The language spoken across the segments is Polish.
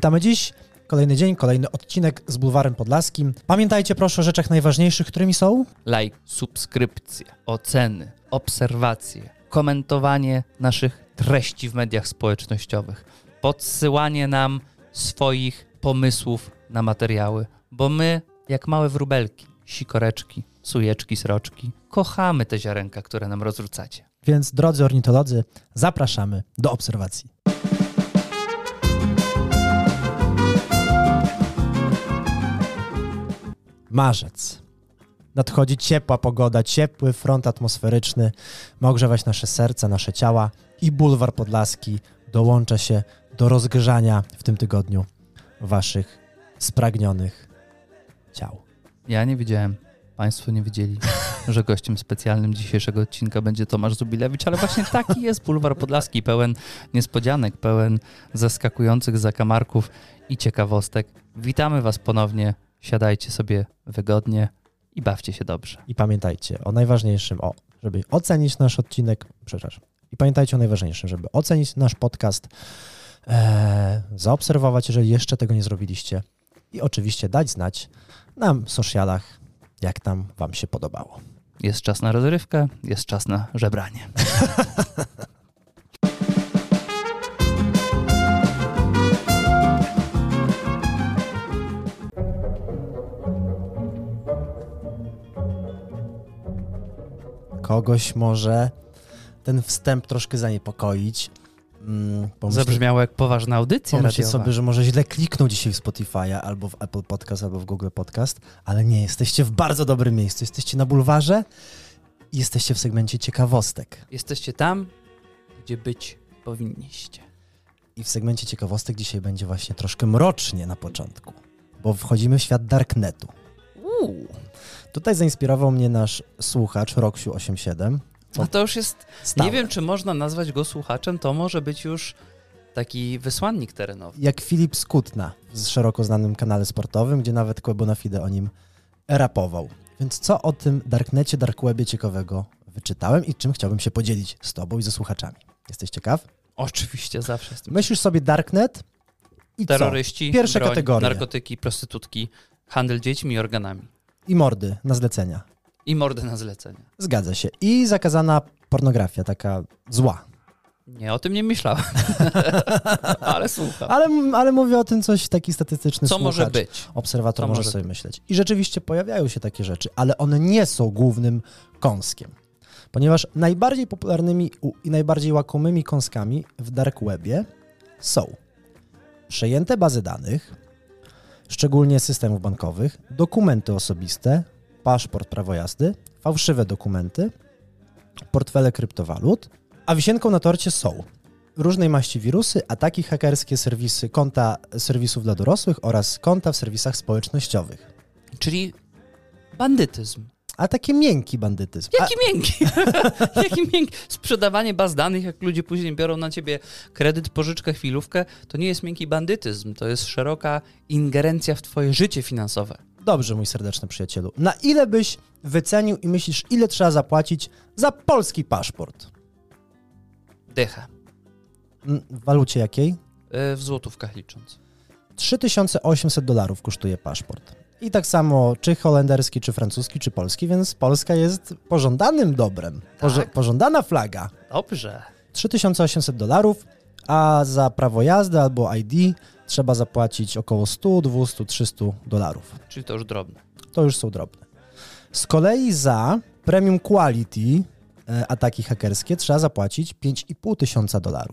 Witamy dziś. Kolejny dzień, kolejny odcinek z Bulwarem Podlaskim. Pamiętajcie proszę o rzeczach najważniejszych, którymi są... Like, subskrypcje, oceny, obserwacje, komentowanie naszych treści w mediach społecznościowych, podsyłanie nam swoich pomysłów na materiały, bo my, jak małe wróbelki, sikoreczki, sujeczki, sroczki, kochamy te ziarenka, które nam rozrzucacie. Więc drodzy ornitolodzy, zapraszamy do obserwacji. Marzec. Nadchodzi ciepła pogoda, ciepły front atmosferyczny ma ogrzewać nasze serca, nasze ciała i Bulwar Podlaski dołącza się do rozgrzania w tym tygodniu waszych spragnionych ciał. Ja nie wiedziałem, państwo nie wiedzieli, że gościem specjalnym dzisiejszego odcinka będzie Tomasz Zubilewicz, ale właśnie taki jest Bulwar Podlaski, pełen niespodzianek, pełen zaskakujących zakamarków i ciekawostek. Witamy was ponownie, siadajcie sobie wygodnie i bawcie się dobrze. I pamiętajcie o najważniejszym, żeby ocenić nasz odcinek, i pamiętajcie o najważniejszym, żeby ocenić nasz podcast, zaobserwować, jeżeli jeszcze tego nie zrobiliście i oczywiście dać znać nam w socialach, jak tam wam się podobało. Jest czas na rozrywkę, jest czas na żebranie. Kogoś może ten wstęp troszkę zaniepokoić. Zabrzmiało jak poważna audycja Pomyślcie radiowa. sobie, że może źle kliknął dzisiaj w Spotify'a albo w Apple Podcast, albo w Google Podcast, ale nie, jesteście w bardzo dobrym miejscu. Jesteście na bulwarze i jesteście w segmencie ciekawostek. Jesteście tam, gdzie być powinniście. I w segmencie ciekawostek dzisiaj będzie właśnie troszkę mrocznie na początku, bo wchodzimy w świat Darknetu. Tutaj zainspirował mnie nasz słuchacz, Roksiu87. No to już jest, stałe. nie wiem, czy można nazwać go słuchaczem, to może być już taki wysłannik terenowy. Jak Filip Skutna z szeroko znanym kanale sportowym, gdzie nawet Bonafide o nim rapował. Więc co o tym Darknecie, Darkwebie ciekawego wyczytałem i czym chciałbym się podzielić z tobą i ze słuchaczami. Jesteś ciekaw? Oczywiście, zawsze jestem. Myślisz sobie Darknet i Terroryści, co? Pierwsze broń, kategorie. narkotyki, prostytutki, handel dziećmi i organami. I mordy na zlecenia. I mordy na zlecenie. Zgadza się. I zakazana pornografia, taka zła. Nie, o tym nie myślałem. Ale słucham. Ale mówię o tym coś taki statystyczny Co słuchacz, może być? obserwator Co może może sobie być? myśleć. I rzeczywiście pojawiają się takie rzeczy, ale one nie są głównym kąskiem. Ponieważ najbardziej popularnymi i najbardziej łakomymi kąskami w Dark Webie są przejęte bazy danych, szczególnie systemów bankowych, dokumenty osobiste, paszport, prawo jazdy, fałszywe dokumenty, portfele kryptowalut, a wisienką na torcie są różnej maści wirusy, ataki hakerskie, konta serwisów dla dorosłych oraz konta w serwisach społecznościowych. Czyli bandytyzm. A taki miękki bandytyzm. Jaki miękki? Jaki miękki? Sprzedawanie baz danych, jak ludzie później biorą na ciebie kredyt, pożyczkę, chwilówkę, to nie jest miękki bandytyzm, to jest szeroka ingerencja w twoje życie finansowe. Dobrze, mój serdeczny przyjacielu. Na ile byś wycenił i myślisz, ile trzeba zapłacić za polski paszport? Dychę. W walucie jakiej? W złotówkach licząc. $3800 kosztuje paszport. I tak samo czy holenderski, czy francuski, czy polski, więc Polska jest pożądanym dobrem. Tak. Pożądana flaga. Dobrze. $3800, a za prawo jazdy albo ID trzeba zapłacić około 100, 200, 300 dolarów. Czyli to już drobne. To już są drobne. Z kolei za premium quality ataki hakerskie trzeba zapłacić $5500.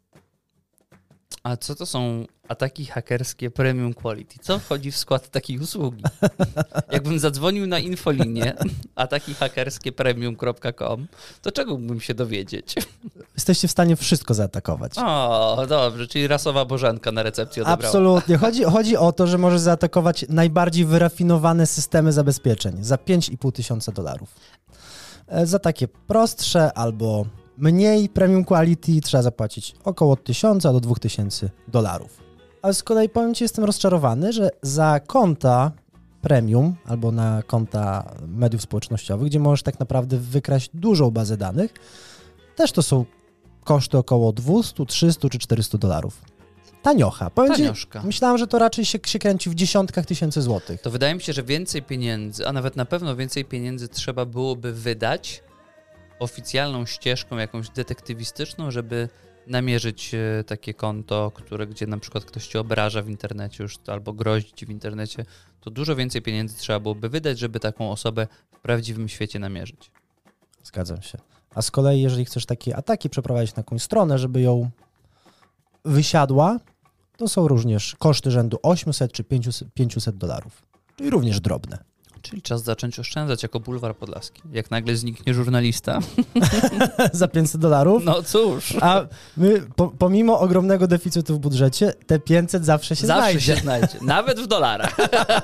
A co to są ataki hakerskie premium quality? Co wchodzi w skład takiej usługi? Jakbym zadzwonił na infolinię atakihakerskie premium.com, to czego mógłbym się dowiedzieć? Jesteście w stanie wszystko zaatakować. O, dobrze, czyli rasowa bożenka na recepcji odebrała. Absolutnie. Chodzi o to, że możesz zaatakować najbardziej wyrafinowane systemy zabezpieczeń za $5500. Za takie prostsze albo mniej premium quality trzeba zapłacić około $1000 do $2000. Ale z kolei powiem ci, jestem rozczarowany, że za konta premium albo na konta mediów społecznościowych, gdzie możesz tak naprawdę wykraść dużą bazę danych, też to są koszty około $200, $300 czy $400. Taniocha. Powiem ci, Tanioszka. myślałem, że to raczej się kręci w dziesiątkach tysięcy złotych. To wydaje mi się, że więcej pieniędzy, a nawet na pewno więcej pieniędzy trzeba byłoby wydać oficjalną ścieżką jakąś detektywistyczną, żeby namierzyć takie konto, gdzie na przykład ktoś cię obraża w internecie już albo grozi ci w internecie, to dużo więcej pieniędzy trzeba byłoby wydać, żeby taką osobę w prawdziwym świecie namierzyć. Zgadzam się. A z kolei, jeżeli chcesz takie ataki przeprowadzić na jakąś stronę, żeby ją wysiadła, to są również koszty rzędu 800 czy $500, czyli również drobne. Czyli czas zacząć oszczędzać jako Bulwar Podlaski. Jak nagle zniknie żurnalista. Za $500? No cóż. A my, pomimo ogromnego deficytu w budżecie, te 500 zawsze się znajdzie. Zawsze się znajdzie. Nawet w dolarach.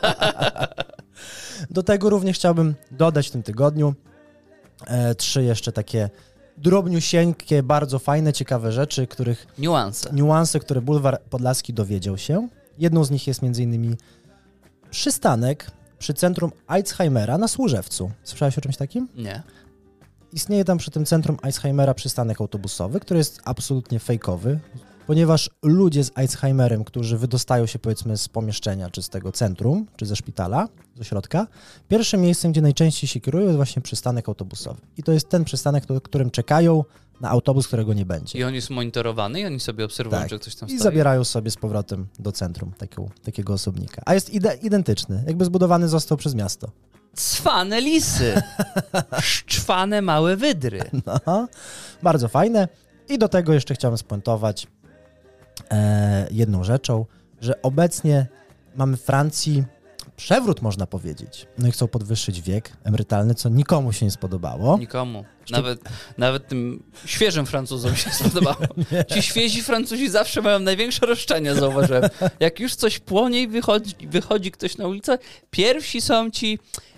Do tego również chciałbym dodać w tym tygodniu 3 jeszcze takie drobniusieńkie, bardzo fajne, ciekawe rzeczy, niuanse, które Bulwar Podlaski dowiedział się. Jedną z nich jest m.in. przystanek przy centrum Alzheimera na Służewcu. Słyszałeś o czymś takim? Nie. Istnieje tam przy tym centrum Alzheimera przystanek autobusowy, który jest absolutnie fejkowy, ponieważ ludzie z Alzheimerem, którzy wydostają się powiedzmy z pomieszczenia, czy z tego centrum, czy ze szpitala, z ośrodka, pierwszym miejscem, gdzie najczęściej się kierują, jest właśnie przystanek autobusowy. I to jest ten przystanek, w którym czekają na autobus, którego nie będzie. I on jest monitorowany i oni sobie obserwują, tak. że ktoś tam I stoi. zabierają sobie z powrotem do centrum takiego osobnika. A jest identyczny, jakby zbudowany został przez miasto. Cwane lisy. Szczwane małe wydry. No, bardzo fajne. I do tego jeszcze chciałem spuentować jedną rzeczą, że obecnie mamy w Francji przewrót, można powiedzieć. No i chcą podwyższyć wiek emerytalny, co nikomu się nie spodobało. Nikomu. Nawet tym świeżym Francuzom się spodobało. Ci świezi Francuzi zawsze mają największe roszczenia, zauważyłem. Jak już coś płonie i wychodzi ktoś na ulicę, pierwsi są ci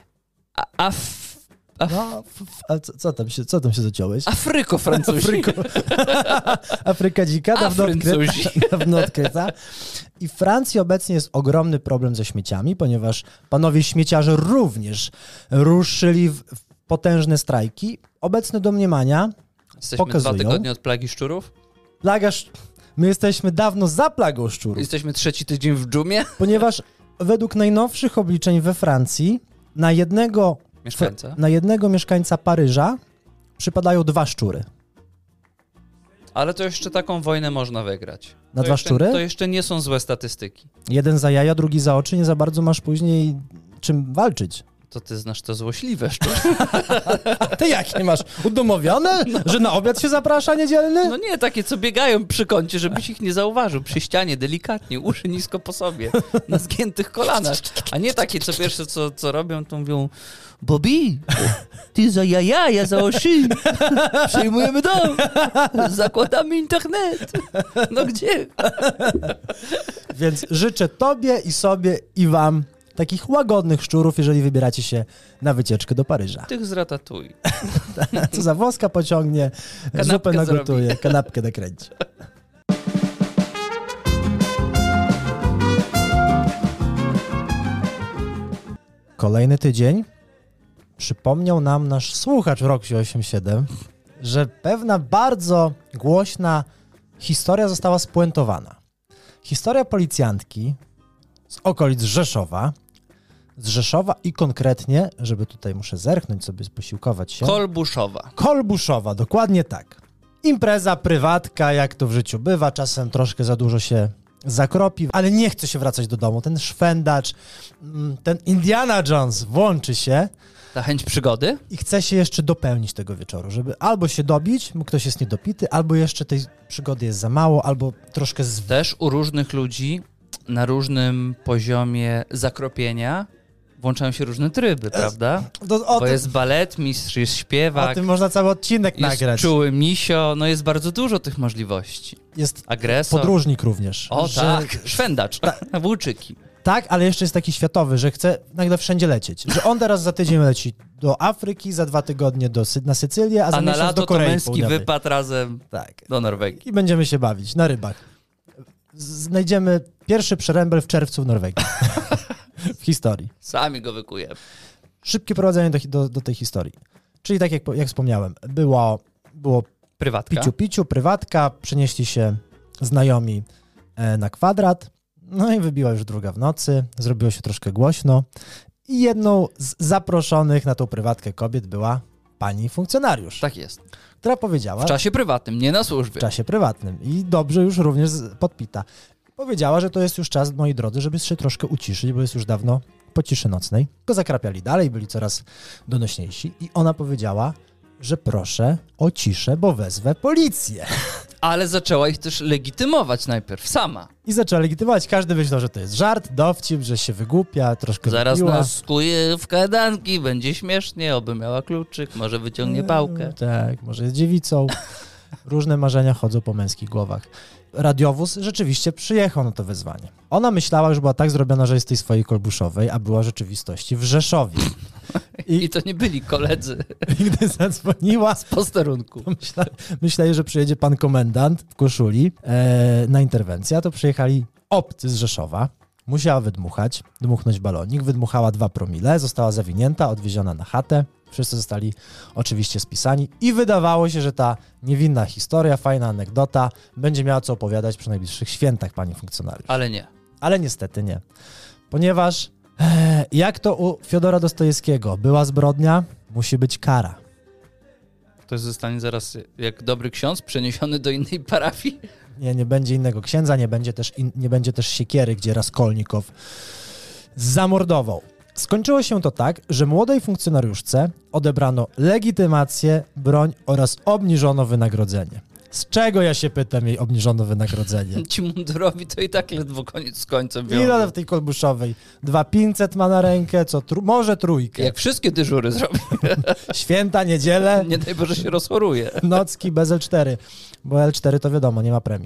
A co tam się zaciąłeś? Afryko-Francuzi. Afryka dzika, dawno odkryta. I w Francji obecnie jest ogromny problem ze śmieciami, ponieważ panowie śmieciarze również ruszyli w potężne strajki. Obecne domniemania pokazują... 2 tygodnie od plagi szczurów? My jesteśmy dawno za plagą szczurów. Jesteśmy 3 tydzień w dżumie? Ponieważ według najnowszych obliczeń we Francji na jednego mieszkańca Paryża przypadają 2 szczury. Ale to jeszcze taką wojnę można wygrać. Na 2 szczury? To jeszcze nie są złe statystyki. Jeden za jaja, drugi za oczy, nie za bardzo masz później czym walczyć. To ty znasz to złośliwe szczury. Ty jakie masz? Udomowione? No. Że na obiad się zaprasza niedzielny? No nie, takie co biegają przy kącie, żebyś ich nie zauważył. Przy ścianie, delikatnie, uszy nisko po sobie, na zgiętych kolanach. A nie takie, co pierwsze co robią, to mówią: Bobby, ty za jaja, ja za oszy. Przejmujemy dom. Zakładamy internet. No gdzie? Więc życzę tobie i sobie i wam takich łagodnych szczurów, jeżeli wybieracie się na wycieczkę do Paryża. Tych zratatuj. Co za włoska pociągnie, zupę nagotuje, kanapkę nakręci. Kolejny tydzień przypomniał nam nasz słuchacz w Roxy 87, że pewna bardzo głośna historia została spuentowana. Historia policjantki z okolic Rzeszowa, i konkretnie, żeby tutaj muszę zerknąć sobie, posiłkować się. Kolbuszowa, dokładnie tak. Impreza, prywatka, jak to w życiu bywa, czasem troszkę za dużo się zakropi, ale nie chce się wracać do domu. Ten szwendacz, ten Indiana Jones włączy się. Ta chęć przygody? I chce się jeszcze dopełnić tego wieczoru, żeby albo się dobić, bo ktoś jest niedopity, albo jeszcze tej przygody jest za mało, albo troszkę... Też u różnych ludzi na różnym poziomie zakropienia włączają się różne tryby, prawda? Bo jest baletmistrz, jest śpiewak. O tym można cały odcinek nagrać. Jest czuły misio, no jest bardzo dużo tych możliwości. Jest agresor. Podróżnik również. O tak, szwendacz, włóczyki. Tak, ale jeszcze jest taki światowy, że chce nagle wszędzie lecieć. Że on teraz za tydzień leci do Afryki, za 2 tygodnie na Sycylię, a za miesiąc lato do Korei to męski Południowej. wypad razem do Norwegii. I będziemy się bawić na rybach. Znajdziemy pierwszy przerębel w czerwcu w Norwegii. W historii. Sami go wykujemy. Szybkie prowadzenie do tej historii. Czyli tak jak wspomniałem, było prywatka. Piciu, prywatka, przenieśli się znajomi na kwadrat. No i wybiła już 2 w nocy, zrobiło się troszkę głośno i jedną z zaproszonych na tą prywatkę kobiet była pani funkcjonariusz, Tak jest. która powiedziała... W czasie prywatnym, nie na służbie. W czasie prywatnym i dobrze już również podpita. Powiedziała, że to jest już czas, moi drodzy, żeby się troszkę uciszyć, bo jest już dawno po ciszy nocnej. Tylko zakrapiali dalej, byli coraz donośniejsi i ona powiedziała, że proszę o ciszę, bo wezwę policję. Ale zaczęła ich też legitymować najpierw, sama. I zaczęła legitymować. Każdy myślał, że to jest żart, dowcip, że się wygłupia, troszkę Zaraz wypiła. nas skuje w kajdanki, będzie śmiesznie, oby miała kluczyk, może wyciągnie pałkę. Tak, może jest dziewicą. Różne marzenia chodzą po męskich głowach. Radiowóz rzeczywiście przyjechał na to wezwanie. Ona myślała, że była tak zrobiona, że jest tej swojej Kolbuszowej, a była w rzeczywistości w Rzeszowie. I to nie byli koledzy I gdy zadzwoniła, z posterunku. myśleli, że przyjedzie pan komendant w koszuli na interwencję, a to przyjechali obcy z Rzeszowa. Musiała dmuchnąć balonik, wydmuchała 2 promile, została zawinięta, odwieziona na chatę. Wszyscy zostali oczywiście spisani i wydawało się, że ta niewinna historia, fajna anegdota będzie miała co opowiadać przy najbliższych świętach pani funkcjonariusz. Ale nie. Ale niestety nie. Ponieważ jak to u Fiodora Dostojewskiego była zbrodnia, musi być kara. Ktoś zostanie zaraz jak dobry ksiądz przeniesiony do innej parafii. Nie będzie innego księdza, nie będzie też siekiery, gdzie Raskolnikow zamordował. Skończyło się to tak, że młodej funkcjonariuszce odebrano legitymację, broń oraz obniżono wynagrodzenie. Z czego, ja się pytam, jej obniżono wynagrodzenie? Ci mundurowi to i tak ledwo koniec z końcem Ile wiąże. w tej Kolbuszowej? 2500 ma na rękę, może 3. Jak wszystkie dyżury zrobi. Święta, niedzielę, Nie daj Boże się rozchoruje. nocki bez L4, bo L4 to wiadomo, nie ma premii.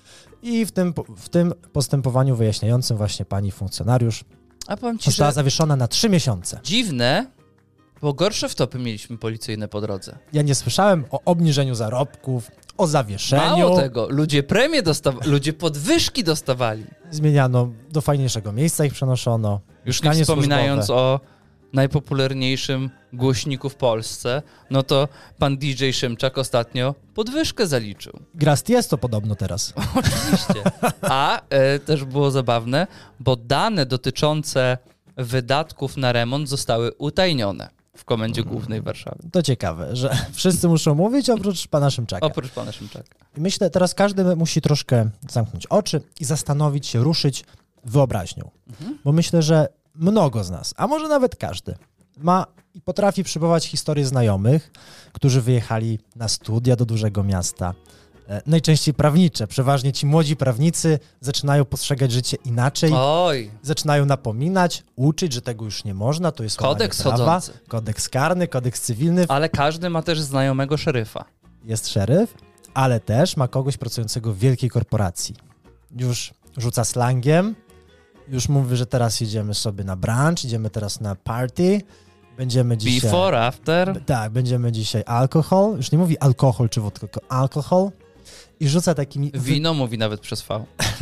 I w tym postępowaniu wyjaśniającym właśnie pani funkcjonariuz A powiem ci, została że zawieszona na 3 miesiące. dziwne, bo gorsze wtopy mieliśmy policyjne po drodze. Ja nie słyszałem o obniżeniu zarobków, o zawieszeniu. Mało tego, ludzie premie dostawali, ludzie podwyżki dostawali. Zmieniano, do fajniejszego miejsca ich przenoszono. Już nie mieszkanie wspominając służbowe. o najpopularniejszym głośniku w Polsce, no to pan DJ Szymczak ostatnio podwyżkę zaliczył. Grast jest to podobno teraz. Oczywiście. A też było zabawne, bo dane dotyczące wydatków na remont zostały utajnione w Komendzie Głównej w Warszawie. To ciekawe, że wszyscy muszą mówić oprócz pana Szymczaka. Oprócz pana Szymczaka. I myślę, teraz każdy musi troszkę zamknąć oczy i zastanowić się, ruszyć wyobraźnią. Bo myślę, że mnogo z nas, a może nawet każdy, ma i potrafi przywołać historie znajomych, którzy wyjechali na studia do dużego miasta. Najczęściej prawnicze. Przeważnie ci młodzi prawnicy zaczynają postrzegać życie inaczej. Oj, Zaczynają napominać, uczyć, że tego już nie można, to jest Kodeks łamanie prawa, chodzący. kodeks karny, kodeks cywilny. ale każdy ma też znajomego szeryfa. Jest szeryf, ale też ma kogoś pracującego w wielkiej korporacji. Już rzuca slangiem, już mówi, że teraz jedziemy sobie na brunch, idziemy teraz na party, będziemy dzisiaj... Before, after. Tak, będziemy dzisiaj alkohol, już nie mówi alkohol czy wódka, tylko alkohol i rzuca takimi... Wino mówi nawet przez V.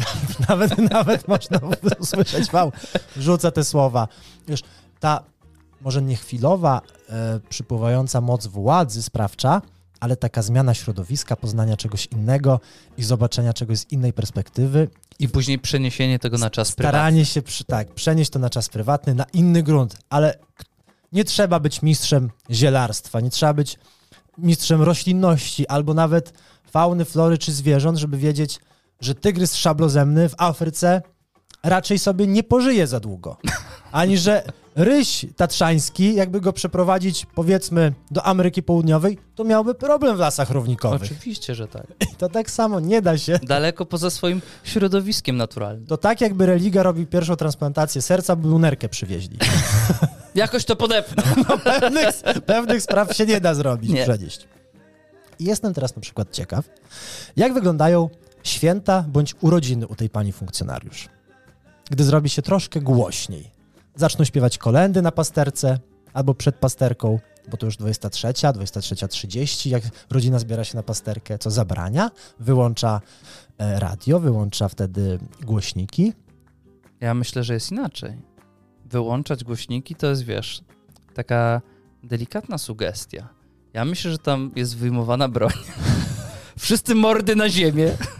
Nawet można usłyszeć V. Rzuca te słowa. Wiesz, ta może nie chwilowa, przypływająca moc władzy sprawcza, ale taka zmiana środowiska, poznania czegoś innego i zobaczenia czegoś z innej perspektywy. I później przeniesienie tego na czas prywatny. Staranie się przenieść to na czas prywatny, na inny grunt, ale nie trzeba być mistrzem zielarstwa, nie trzeba być mistrzem roślinności albo nawet fauny, flory czy zwierząt, żeby wiedzieć, że tygrys szablozemny w Afryce raczej sobie nie pożyje za długo. Ani że ryś tatrzański, jakby go przeprowadzić, powiedzmy, do Ameryki Południowej, to miałby problem w lasach równikowych. Oczywiście, że tak. To tak samo nie da się. Daleko poza swoim środowiskiem naturalnym. To tak, jakby religia robił pierwszą transplantację serca, by lunerkę przywieźli. Jakoś to podepnę. Pewnych spraw się nie da zrobić, Nie. przenieść. I jestem teraz na przykład ciekaw, jak wyglądają święta bądź urodziny u tej pani funkcjonariusz. Gdy zrobi się troszkę głośniej. Zaczną śpiewać kolędy na pasterce albo przed pasterką, bo to już 23, 23:30, jak rodzina zbiera się na pasterkę, co zabrania, wyłącza radio, wyłącza wtedy głośniki. Ja myślę, że jest inaczej. Wyłączać głośniki to jest, wiesz, taka delikatna sugestia. Ja myślę, że tam jest wyjmowana broń. Wszyscy mordy na ziemię.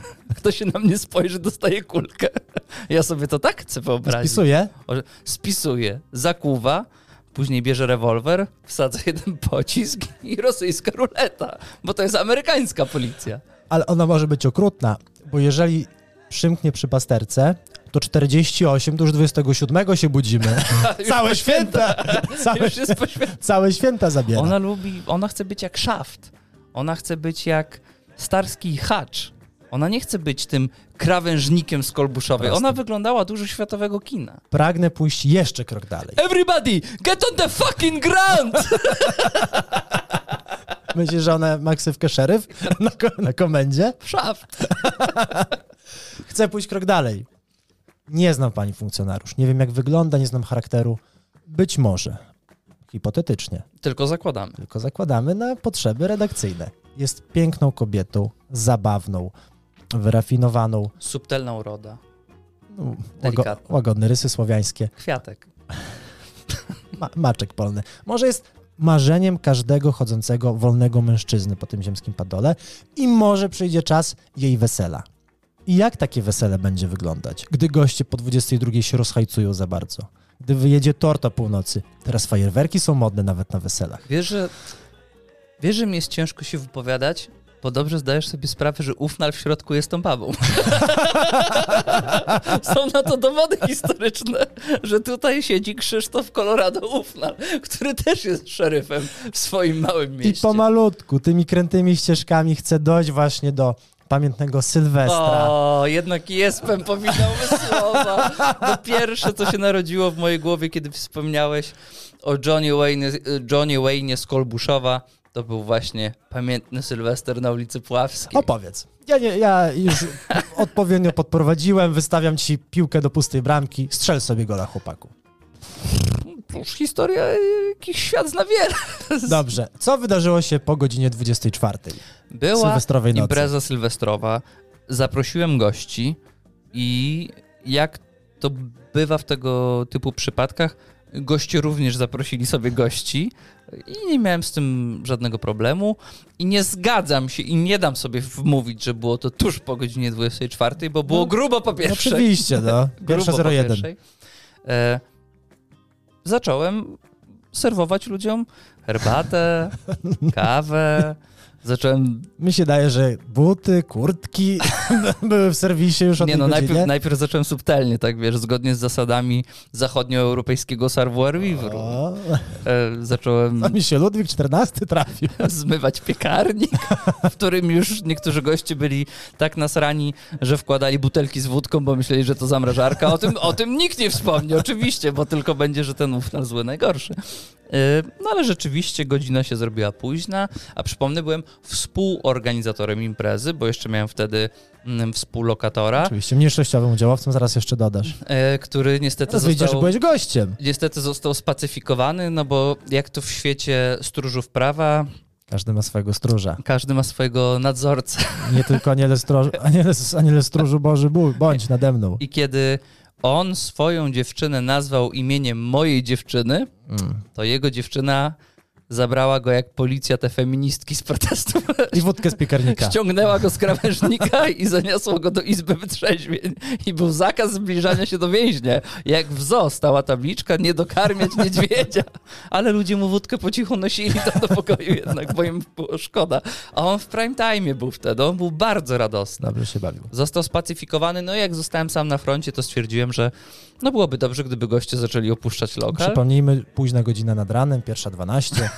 kto się na mnie spojrzy, dostaje kulkę. Ja sobie to tak chcę wyobrazić. Spisuje, zakuwa, później bierze rewolwer, wsadza jeden pocisk i rosyjska ruleta, bo to jest amerykańska policja. Ale ona może być okrutna, bo jeżeli przymknie przy pasterce, to 48, to już 27 się budzimy. Całe święta! Całe święta zabiera. Ona chce być jak Szaft. Ona chce być jak Starski i Hacz. Ona nie chce być tym krawężnikiem z Kolbuszowej. Ona wyglądała dużo światowego kina. Pragnę pójść jeszcze krok dalej. Everybody, get on the fucking ground! Myślisz, że ona ma ksywkę szeryf na komendzie? Szaft. Chcę pójść krok dalej. Nie znam pani funkcjonariusz. Nie wiem, jak wygląda, nie znam charakteru. Być może. Hipotetycznie. Tylko zakładamy na potrzeby redakcyjne. Jest piękną kobietą, zabawną, wyrafinowaną. Subtelna uroda. Łagodne rysy słowiańskie. Kwiatek. Maczek polny. Może jest marzeniem każdego chodzącego wolnego mężczyzny po tym ziemskim padole i może przyjdzie czas jej wesela. I jak takie wesele będzie wyglądać, gdy goście po 22 się rozhajcują za bardzo? Gdy wyjedzie tort o północy. Teraz fajerwerki są modne nawet na weselach. Wiesz, że mi jest ciężko się wypowiadać, bo dobrze zdajesz sobie sprawę, że Ufnal w środku jest tą babą. Są na to dowody historyczne, że tutaj siedzi Krzysztof Colorado Ufnal, który też jest szeryfem w swoim małym mieście. I pomalutku, tymi krętymi ścieżkami chce dojść właśnie do pamiętnego Sylwestra. O, jednak Jespem powinał słowa. Bo pierwsze, co się narodziło w mojej głowie, kiedy wspomniałeś o Johnny Wayne z Kolbuszowa, to był właśnie pamiętny Sylwester na ulicy Puławskiej. Opowiedz. Ja już odpowiednio podprowadziłem, wystawiam ci piłkę do pustej bramki, strzel sobie gola, chłopaku. Historia, jakich świat zna wiele. Dobrze. Co wydarzyło się po godzinie 24? Była sylwestrowej nocy. Impreza sylwestrowa. Zaprosiłem gości i jak to bywa w tego typu przypadkach, goście również zaprosili sobie gości i nie miałem z tym żadnego problemu i nie zgadzam się i nie dam sobie wmówić, że było to tuż po godzinie 24, bo było grubo po pierwszej. Oczywiście, no. Pierwsza 01. Zacząłem serwować ludziom herbatę, kawę. Mi się daje, że buty, kurtki były w serwisie już od tej godzinie. Najpierw zacząłem subtelnie, tak wiesz, zgodnie z zasadami zachodnioeuropejskiego savoir-vivre. Zacząłem... A mi się Ludwik XIV trafił. Zmywać piekarnik, w którym już niektórzy goście byli tak nasrani, że wkładali butelki z wódką, bo myśleli, że to zamrażarka. O tym nikt nie wspomni, oczywiście, bo tylko będzie, że ten Ufnal zły najgorszy. No ale rzeczywiście godzina się zrobiła późna, a przypomnę, byłem współorganizatorem imprezy, bo jeszcze miałem wtedy współlokatora. Oczywiście, mniejszościowym udziałowcem, zaraz jeszcze dodasz. Który niestety wyjdzie, że byłeś gościem. Niestety został spacyfikowany, no bo jak to w świecie stróżów prawa... Każdy ma swojego stróża. Każdy ma swojego nadzorcę. Nie tylko aniele stróżu Boży bądź nade mną. I kiedy on swoją dziewczynę nazwał imieniem mojej dziewczyny, to jego dziewczyna zabrała go jak policja te feministki z protestu. I wódkę z piekarnika. Ściągnęła go z krawężnika i zaniosła go do izby wytrzeźwień. I był zakaz zbliżania się do więźnia. Jak w zoo stała tabliczka, nie dokarmiać niedźwiedzia. Ale ludzie mu wódkę po cichu nosili tam do pokoju jednak, bo im było szkoda. A on w prime time był wtedy. On był bardzo radosny. Dobrze się bawił. Został spacyfikowany. No i jak zostałem sam na froncie, to stwierdziłem, że no byłoby dobrze, gdyby goście zaczęli opuszczać lokal. Przypomnijmy, późna godzina nad ranem, 1:12.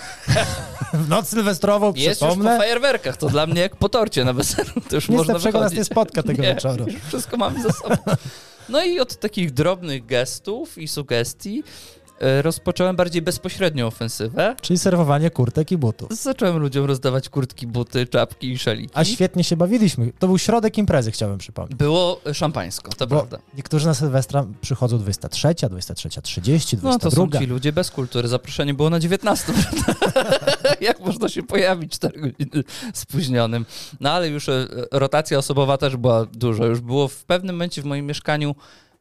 W noc sylwestrową, jest już po fajerwerkach, to dla mnie jak po torcie na weselu. To już można wychodzić. nas nie spotka tego wieczoru. Już wszystko mamy za sobą. No i od takich drobnych gestów i sugestii rozpocząłem bardziej bezpośrednią ofensywę. Czyli serwowanie kurtek i butów. Zacząłem ludziom rozdawać kurtki, buty, czapki i szaliki. A świetnie się bawiliśmy. To był środek imprezy, chciałem przypomnieć. Było szampańsko, to prawda. Niektórzy na Sylwestra przychodzą 23, 23:30, 22. No to są ci ludzie bez kultury. Zaproszenie było na 19. Jak można się pojawić 4 godziny spóźnionym? No ale już rotacja osobowa też była dużo. Już było w pewnym momencie w moim mieszkaniu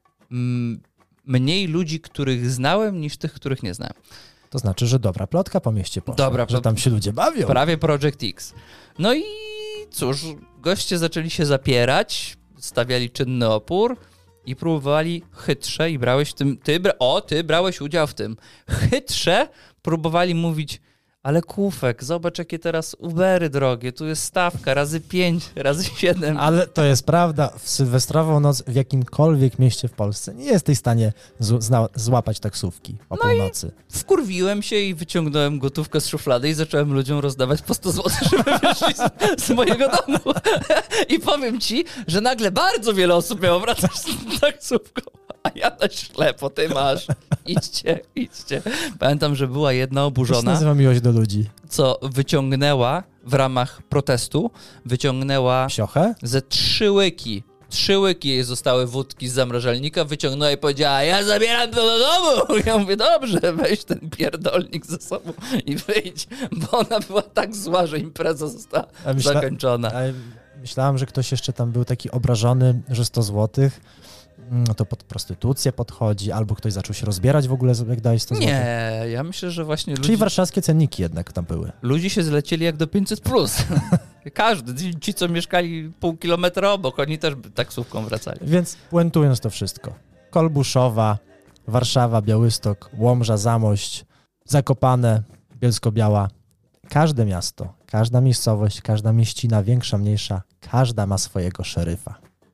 mniej ludzi, których znałem, niż tych, których nie znałem. To znaczy, że dobra plotka po mieście poszła, że tam się ludzie bawią. Prawie Project X. No i cóż, goście zaczęli się zapierać. stawiali czynny opór i próbowali chytrze i brałeś w tym, ty brałeś udział w tym. Chytrze próbowali mówić, ale Kufek, zobacz jakie teraz Ubery drogie, tu jest stawka razy 5, razy 7. Ale to jest prawda, w sylwestrową noc w jakimkolwiek mieście w Polsce nie jesteś w stanie złapać taksówki o północy. Wkurwiłem się i wyciągnąłem gotówkę z szuflady i zacząłem ludziom rozdawać po 100 zł, żeby wyszli z mojego domu. I powiem ci, że nagle bardzo wiele osób miało wracać z taksówką, a ja na ślepo, ty masz. Idźcie. Pamiętam, że była jedna To oburzona, się nazywa miłość do ludzi. co wyciągnęła w ramach protestu, Psiochę? ze 3 łyki. 3 łyki jej zostały wódki z zamrażalnika, wyciągnęła i powiedziała, ja zabieram to do domu. Ja mówię, dobrze, weź ten pierdolnik ze sobą i wyjdź, bo ona była tak zła, że impreza została zakończona. Myślałem, że ktoś jeszcze tam był taki obrażony, że 100 złotych to pod prostytucję podchodzi, albo ktoś zaczął się rozbierać w ogóle, jak dałeś 100 złotych. Nie, ja myślę, że właśnie Czyli warszawskie cenniki jednak tam były. Ludzi się zlecieli jak do 500+. Każdy, ci co mieszkali pół kilometra obok, oni też taksówką wracali. Więc puentując to wszystko. Kolbuszowa, Warszawa, Białystok, Łomża, Zamość, Zakopane, Bielsko-Biała. Każde miasto, każda miejscowość, każda mieścina, większa, mniejsza, każda ma swojego szeryfa.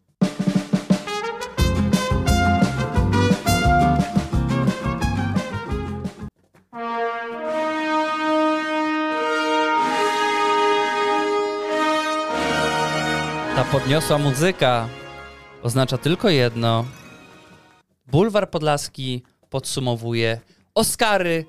Ta podniosła muzyka oznacza tylko jedno. Bulwar Podlaski podsumowuje Oscary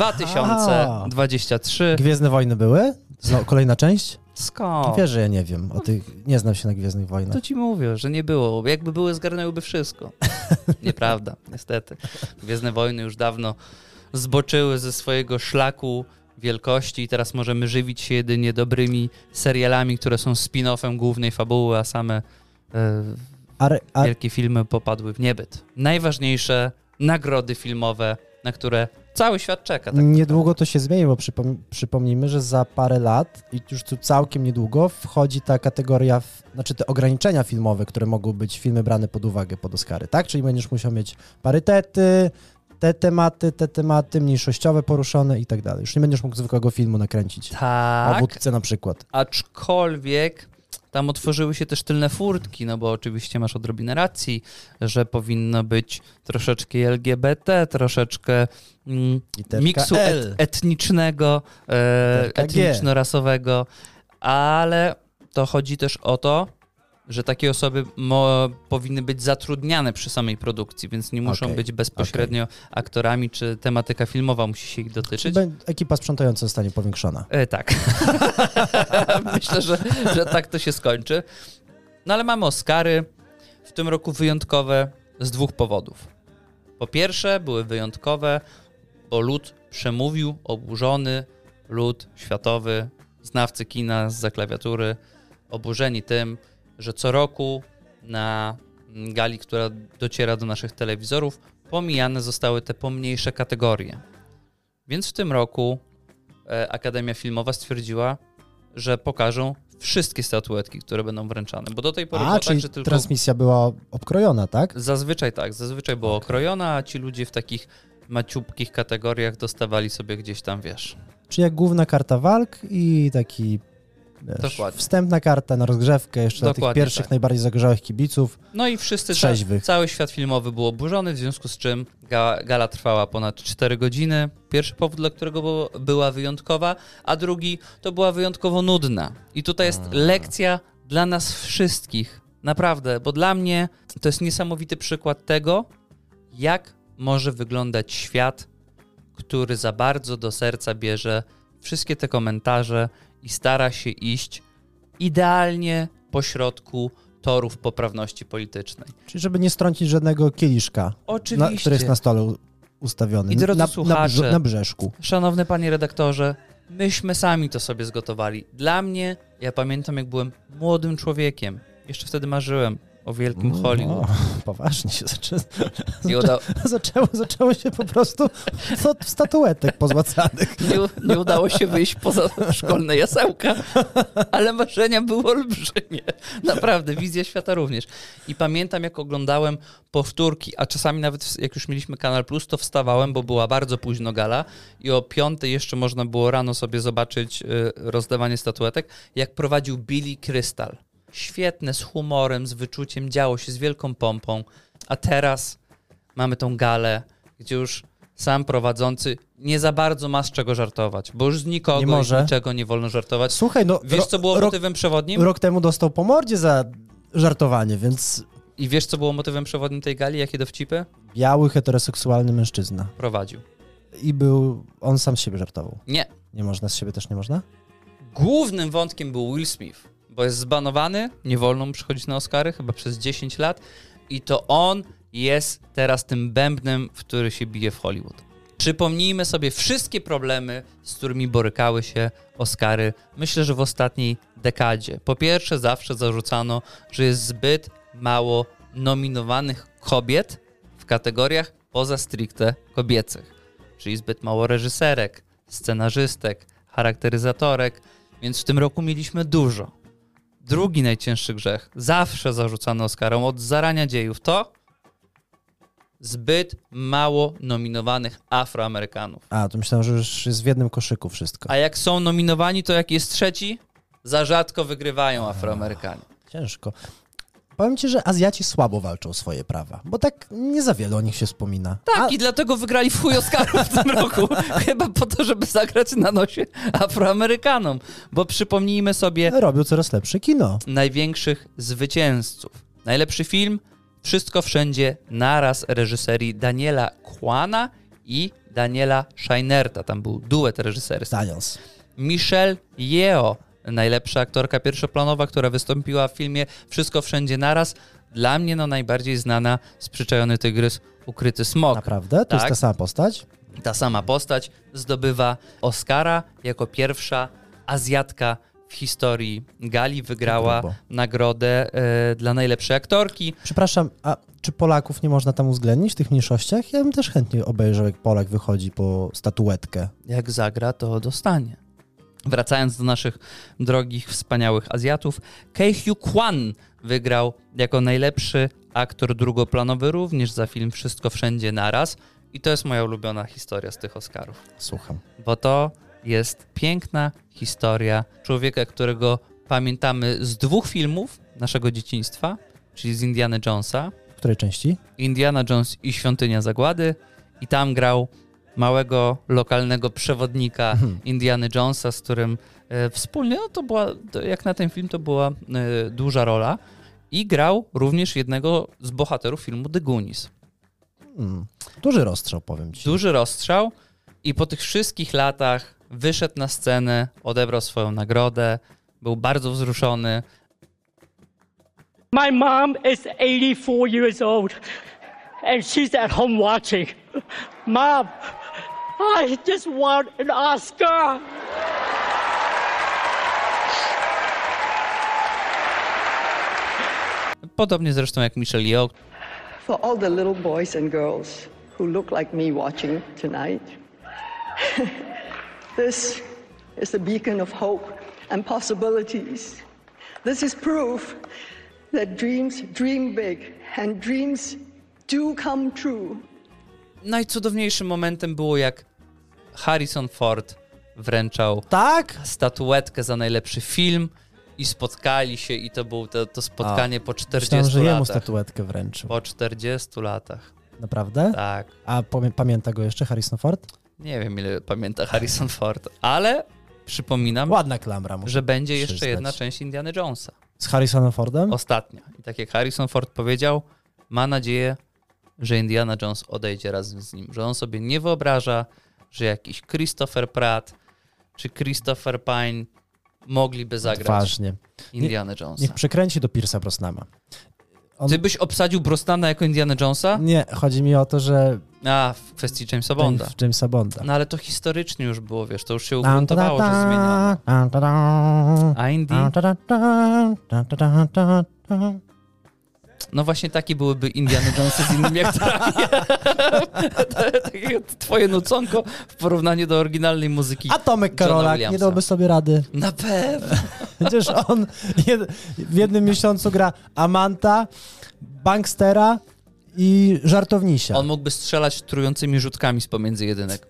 2023. Gwiezdne Wojny były? Kolejna część? Skąd? Wiesz, że ja nie wiem. Nie znam się na Gwiezdnych Wojnach. To ci mówię, że nie było. Jakby były, zgarnęłyby wszystko. Nieprawda, niestety. Gwiezdne Wojny już dawno zboczyły ze swojego szlaku wielkości i teraz możemy żywić się jedynie dobrymi serialami, które są spin-offem głównej fabuły, a same wielkie filmy popadły w niebyt. Najważniejsze nagrody filmowe, na które cały świat czeka. Tak niedługo to się zmieni, bo przypomnijmy, że za parę lat i już tu całkiem niedługo wchodzi ta kategoria, znaczy te ograniczenia filmowe, które mogą być filmy brane pod uwagę pod Oscary, tak? Czyli będziesz musiał mieć parytety, te tematy mniejszościowe poruszone i tak dalej. Już nie będziesz mógł zwykłego filmu nakręcić. Tak. O wódce na przykład. Aczkolwiek tam otworzyły się też tylne furtki, no bo oczywiście masz odrobinę racji, że powinno być troszeczkę LGBT, troszeczkę miksu etnicznego, etniczno-rasowego, ale to chodzi też o to, że takie osoby powinny być zatrudniane przy samej produkcji, więc nie muszą być bezpośrednio aktorami, czy tematyka filmowa musi się ich dotyczyć. Ekipa sprzątająca zostanie powiększona. Tak. Myślę, że tak to się skończy. No ale mamy Oscary, w tym roku wyjątkowe z 2 powodów. Po pierwsze były wyjątkowe, bo lud przemówił, oburzony, lud światowy, znawcy kina zza klawiatury, oburzeni tym, że co roku na gali, która dociera do naszych telewizorów, pomijane zostały te pomniejsze kategorie. Więc w tym roku Akademia Filmowa stwierdziła, że pokażą wszystkie statuetki, które będą wręczane. Bo do tej pory było czyli tak, że tylko transmisja była okrojona, tak? Zazwyczaj tak, zazwyczaj było okrojona, a ci ludzie w takich maciupkich kategoriach dostawali sobie gdzieś tam, wiesz. Czyli jak główna karta walk i taki wstępna karta na rozgrzewkę, jeszcze dla tych pierwszych, najbardziej zagorzałych kibiców. No i wszyscy, cały świat filmowy był oburzony, w związku z czym gala trwała ponad 4 godziny. Pierwszy powód, dla którego była wyjątkowa, a drugi to była wyjątkowo nudna. I tutaj jest lekcja dla nas wszystkich. Naprawdę, bo dla mnie to jest niesamowity przykład tego, jak może wyglądać świat, który za bardzo do serca bierze wszystkie te komentarze i stara się iść idealnie po środku torów poprawności politycznej. Czyli żeby nie strącić żadnego kieliszka, który jest na stole ustawiony, i drodzy słuchacze, na brzeszku. Szanowny panie redaktorze, myśmy sami to sobie zgotowali. Dla mnie, ja pamiętam jak byłem młodym człowiekiem, jeszcze wtedy marzyłem, o wielkim Hollywood. Poważnie się I zaczęło się po prostu od statuetek pozłacanych. Nie udało się wyjść poza szkolne jasełka, ale marzenia były olbrzymie. Naprawdę, wizja świata również. I pamiętam, jak oglądałem powtórki, a czasami nawet jak już mieliśmy Kanal Plus, to wstawałem, bo była bardzo późno gala i o 5:00 jeszcze można było rano sobie zobaczyć rozdawanie statuetek, jak prowadził Billy Crystal. Świetne, z humorem, z wyczuciem, działo się z wielką pompą, a teraz mamy tą galę, gdzie już sam prowadzący nie za bardzo ma z czego żartować, bo już z nikogo i z niczego nie wolno żartować. Słuchaj, no... Wiesz, co było motywem przewodnim? Rok temu dostał po mordzie za żartowanie, więc... I wiesz, co było motywem przewodnim tej gali? Jakie dowcipy? Biały, heteroseksualny mężczyzna. Prowadził. I on sam z siebie żartował. Nie. Nie można, z siebie też nie można? Głównym wątkiem był Will Smith, bo jest zbanowany, nie wolno mu przychodzić na Oscary, chyba przez 10 lat i to on jest teraz tym bębnem, w który się bije w Hollywood. Przypomnijmy sobie wszystkie problemy, z którymi borykały się Oscary, myślę, że w ostatniej dekadzie. Po pierwsze, zawsze zarzucano, że jest zbyt mało nominowanych kobiet w kategoriach poza stricte kobiecych, czyli zbyt mało reżyserek, scenarzystek, charakteryzatorek, więc w tym roku mieliśmy dużo. Drugi najcięższy grzech, zawsze zarzucany Oscarom od zarania dziejów, to zbyt mało nominowanych Afroamerykanów. A, to myślałem, że już jest w jednym koszyku wszystko. A jak są nominowani, to jak jest trzeci, za rzadko wygrywają Afroamerykanie. Ciężko. Powiem ci, że Azjaci słabo walczą o swoje prawa, bo tak nie za wiele o nich się wspomina. Tak, i dlatego wygrali w chuj Oscarów w tym roku. Chyba po to, żeby zagrać na nosie Afroamerykanom. Bo przypomnijmy sobie... Robią coraz lepsze kino. Największych zwycięzców. Najlepszy film Wszystko Wszędzie Naraz reżyserii Daniela Kwana i Daniela Scheinerta. Tam był duet reżyserski. Daniels. Michelle Yeoh, najlepsza aktorka pierwszoplanowa, która wystąpiła w filmie Wszystko Wszędzie Naraz. Dla mnie najbardziej znana z Przyczajony Tygrys, Ukryty Smok. Naprawdę? To jest ta sama postać? Ta sama postać zdobywa Oscara jako pierwsza Azjatka w historii gali. Wygrała nagrodę dla najlepszej aktorki. Przepraszam, a czy Polaków nie można tam uwzględnić w tych mniejszościach? Ja bym też chętnie obejrzał, jak Polak wychodzi po statuetkę. Jak zagra, to dostanie. Wracając do naszych drogich, wspaniałych Azjatów, Ke-Huy Kwan wygrał jako najlepszy aktor drugoplanowy również za film Wszystko Wszędzie Naraz. I to jest moja ulubiona historia z tych Oscarów. Słucham. Bo to jest piękna historia człowieka, którego pamiętamy z 2 filmów naszego dzieciństwa, czyli z Indiana Jonesa. W której części? Indiana Jones i Świątynia Zagłady. I tam grał małego, lokalnego przewodnika Indiana Jonesa, z którym wspólnie, jak na ten film, to była duża rola. I grał również jednego z bohaterów filmu The Goonies. Duży rozstrzał, powiem ci. Duży rozstrzał i po tych wszystkich latach wyszedł na scenę, odebrał swoją nagrodę, był bardzo wzruszony. My mom is 84 years old and she's at home watching. Mom, I just won an Oscar. Podobnie zresztą jak Michelle Yeoh. For all the little boys and girls who look like me watching tonight, this is a beacon of hope and possibilities. This is proof that dreams dream big and dreams do come true. Najcudowniejszym momentem było, jak Harrison Ford wręczał statuetkę za najlepszy film i spotkali się i to było to spotkanie po 40 myślałem, że latach. jemu statuetkę wręczył. Po 40 latach. Naprawdę? Tak. A pamięta go jeszcze Harrison Ford? Nie wiem, ile pamięta Harrison Ford, ale przypominam, ładna klamra, że będzie jeszcze jedna część Indiana Jonesa. Z Harrisonem Fordem? Ostatnia. I tak jak Harrison Ford powiedział, ma nadzieję, że Indiana Jones odejdzie razem z nim. Że on sobie nie wyobraża, że jakiś Christopher Pratt czy Christopher Pine mogliby zagrać Ważnie. Indiana Jonesa. Niech przekręci do Pierce'a Brosnana. Ty byś obsadził Brosnana jako Indiana Jonesa? Nie, chodzi mi o to, że... W kwestii Jamesa Bonda. W Jamesa Bonda. No ale to historycznie już było, wiesz, to już się ugruntowało, że zmieniano. A Indy? No właśnie taki byłyby Indiana Jonesy z innymi aktorami. Takie twoje nuconko w porównaniu do oryginalnej muzyki A Tomek Johna Karolak Williamsa. nie dałby sobie rady. Na pewno. Przecież on w jednym miesiącu gra Amanta, Bankstera i Żartownisia. On mógłby strzelać trującymi rzutkami z pomiędzy jedynek.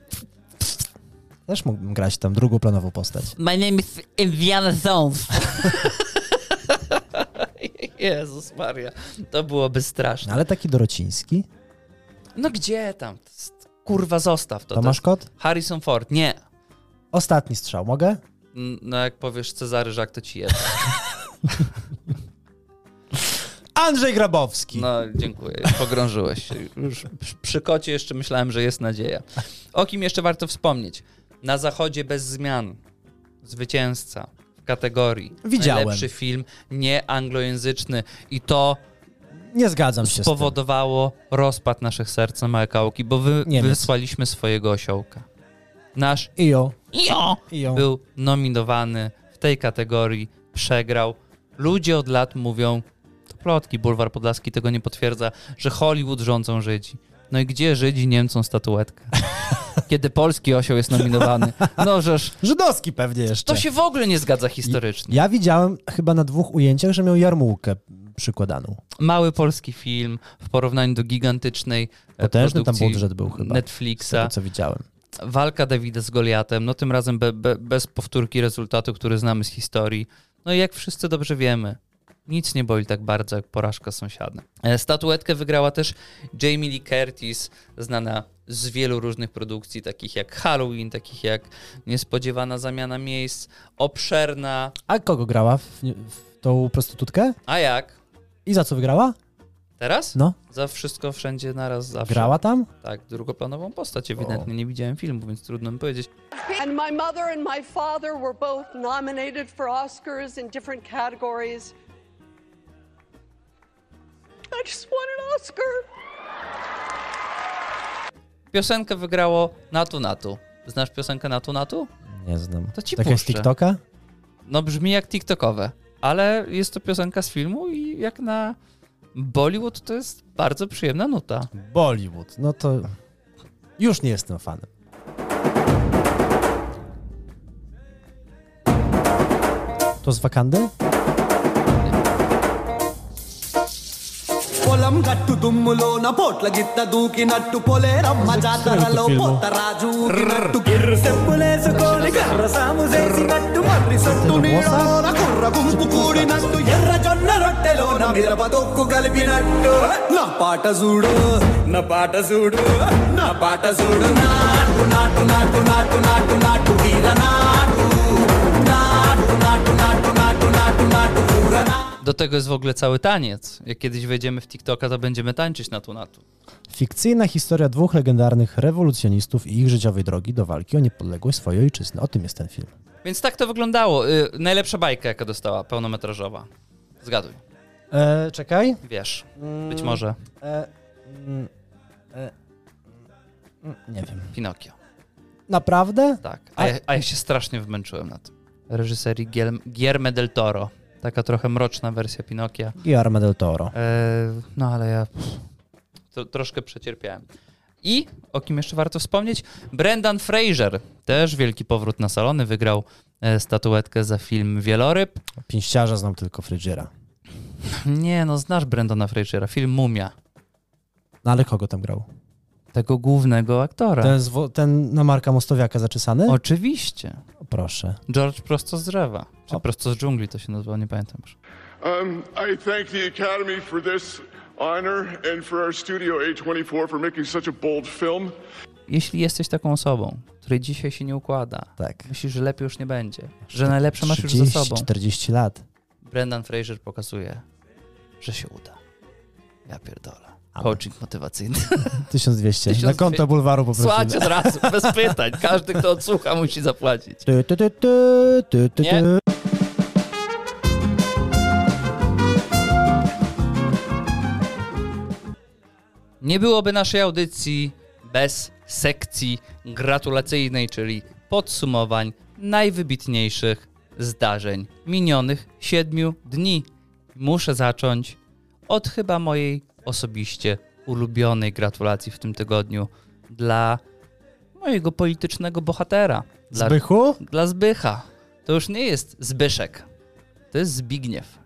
Też mógłbym grać tam drugoplanową postać. My name is Indiana Jones. Jezus Maria, to byłoby straszne. Ale taki Dorociński. No gdzie tam? Kurwa, zostaw to. Tomasz Kot? Harrison Ford, nie. Ostatni strzał, mogę? No jak powiesz Cezary Żak, to ci jest. Andrzej Grabowski. No dziękuję, pogrążyłeś się. Już przy Kocie jeszcze myślałem, że jest nadzieja. O kim jeszcze warto wspomnieć? Na zachodzie bez zmian. Zwycięzca w kategorii Widziałem. najlepszy film nieanglojęzyczny i to Nie zgadzam się z tym. spowodowało rozpad naszych serc na małe kawałki, bo Niemiec. wysłaliśmy swojego osiołka. Nasz Ijo. Ijo był nominowany w tej kategorii, przegrał. Ludzie od lat mówią, to plotki, Bulwar Podlaski tego nie potwierdza, że Hollywood rządzą Żydzi. No i gdzie Żydzi Niemcom statuetkę? Kiedy polski osioł jest nominowany. No żeż, Żydowski pewnie jeszcze. to się w ogóle nie zgadza historycznie. Ja widziałem chyba na 2 ujęciach, że miał jarmułkę przykładaną. Mały polski film w porównaniu do gigantycznej Potężny tam produkcji budżet był chyba. Z Netflixa. tego, co widziałem. Walka Dawida z Goliatem, no tym razem bez powtórki rezultatu, który znamy z historii. No i jak wszyscy dobrze wiemy, nic nie boli tak bardzo jak porażka sąsiada. Statuetkę wygrała też Jamie Lee Curtis, znana z wielu różnych produkcji, takich jak Halloween, takich jak Niespodziewana zamiana miejsc, Obszerna. A kogo grała? W tą prostytutkę? A jak? I za co wygrała? Teraz? No. Za wszystko, wszędzie, naraz, zawsze. Grała tam? Tak, drugoplanową postać ewidentnie. Nie widziałem filmu, więc trudno mi powiedzieć. And my mother and my father were both nominated for Oscars in different categories. I just won an Oscar. Piosenkę wygrało Natu Natu. Znasz piosenkę Natu Natu? Nie znam. To ci Taka jest z puszczę. TikToka? No brzmi jak TikTokowe, ale jest to piosenka z filmu i jak na Bollywood to jest bardzo przyjemna nuta. Bollywood. No to już nie jestem fanem. To z Wakandy? పొలం గట్టు దుమ్ములోన పోట్ల గిత్త దూకినట్టు పొలేరమ్మ జాతరలో పొత్తరాజు ఊకినట్టు గిర్రు చెప్పులేసుకొని కర్ర సాము చేసినట్టు మర్రి సొట్టు నీడలోన కుర్ర గుంపు కూడినట్టు ఎర్ర జొన్న రొట్టెలోన మిరప తొక్కు కలిపినట్టు నా పాట చూడు నా పాట చూడు నా పాట చూడు నాటు నాటు నాటు నాటు నాటు నాటు వీర నాటు నాటు నాటు నాటు నాటు నాటు నాటు పూర నాటు. Do tego jest w ogóle cały taniec. Jak kiedyś wejdziemy w TikToka, to będziemy tańczyć na tu. Fikcyjna historia 2 legendarnych rewolucjonistów i ich życiowej drogi do walki o niepodległość swojej ojczyzny. O tym jest ten film. Więc tak to wyglądało. Najlepsza bajka, jaka dostała, pełnometrażowa. Zgaduj. Czekaj. Wiesz. Być może Nie wiem. Pinokio. Naprawdę? Tak. A ja się strasznie wymęczyłem na tym. Reżyserii Guillermo del Toro. Taka trochę mroczna wersja Pinokia. Guillermo del Toro. No ale ja troszkę przecierpiałem. I o kim jeszcze warto wspomnieć? Brendan Fraser. Też wielki powrót na salony. Wygrał statuetkę za film Wieloryb. Pięściarza znam tylko Frygera. Nie, no znasz Brendana Frasera. Film Mumia. No ale kogo tam grał? Tego głównego aktora. Ten na Marka Mostowiaka zaczesany? Oczywiście. O, proszę. George prosto z drzewa. Czy prosto z dżungli to się nazywa, nie pamiętam już. I thank the Academy for this honor and for our studio A24 for making such a bold film. Jeśli jesteś taką osobą, której dzisiaj się nie układa, Tak. myślisz, że lepiej już nie będzie, że najlepsze masz już za sobą. 40 lat. Brendan Fraser pokazuje, że się uda. Ja pierdolę. Coaching motywacyjny. 1200. Na konto bulwaru poprosimy. Słuchajcie od razu, bez pytań. Każdy, kto odsłucha, musi zapłacić. Nie? Nie byłoby naszej audycji bez sekcji gratulacyjnej, czyli podsumowań najwybitniejszych zdarzeń minionych 7 dni. Muszę zacząć od chyba mojej osobiście ulubionej gratulacji w tym tygodniu dla mojego politycznego bohatera. Zbychu? Dla Zbycha. To już nie jest Zbyszek. To jest Zbigniew.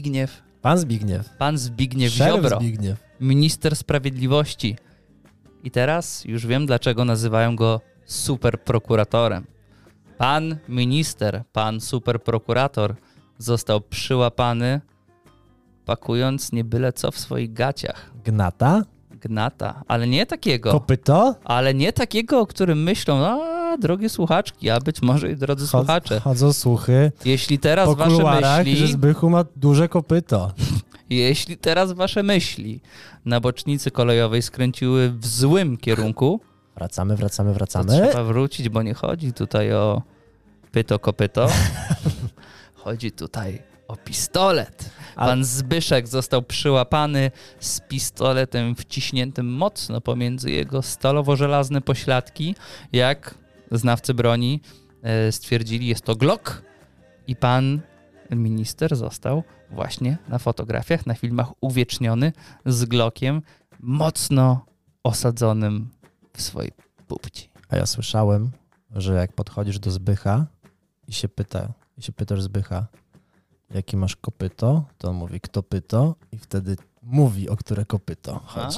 Pan Zbigniew Ziobro. Zbigniew. Minister Sprawiedliwości. I teraz już wiem, dlaczego nazywają go superprokuratorem. Pan minister, pan superprokurator został przyłapany, pakując nie byle co w swoich gaciach. Gnata, ale nie takiego. Kopyto? Ale nie takiego, o którym myślą, drogie słuchaczki, a być może i drodzy słuchacze. Chodzą słuchy Jeśli teraz po wasze kuluarach, myśli... że Zbychu ma duże kopyto. Jeśli teraz wasze myśli na bocznicy kolejowej skręciły w złym kierunku, Wracamy. to trzeba wrócić, bo nie chodzi tutaj o pyto-kopyto. Chodzi tutaj o pistolet. Pan Zbyszek został przyłapany z pistoletem wciśniętym mocno pomiędzy jego stalowo-żelazne pośladki. Jak znawcy broni stwierdzili, jest to Glock i pan minister został właśnie na fotografiach, na filmach uwieczniony z Glockiem mocno osadzonym w swojej pupci. A ja słyszałem, że jak podchodzisz do Zbycha i się pytasz Zbycha, jaki masz kopyto, to on mówi, kto pyto, i wtedy mówi, o które kopyto chodzi.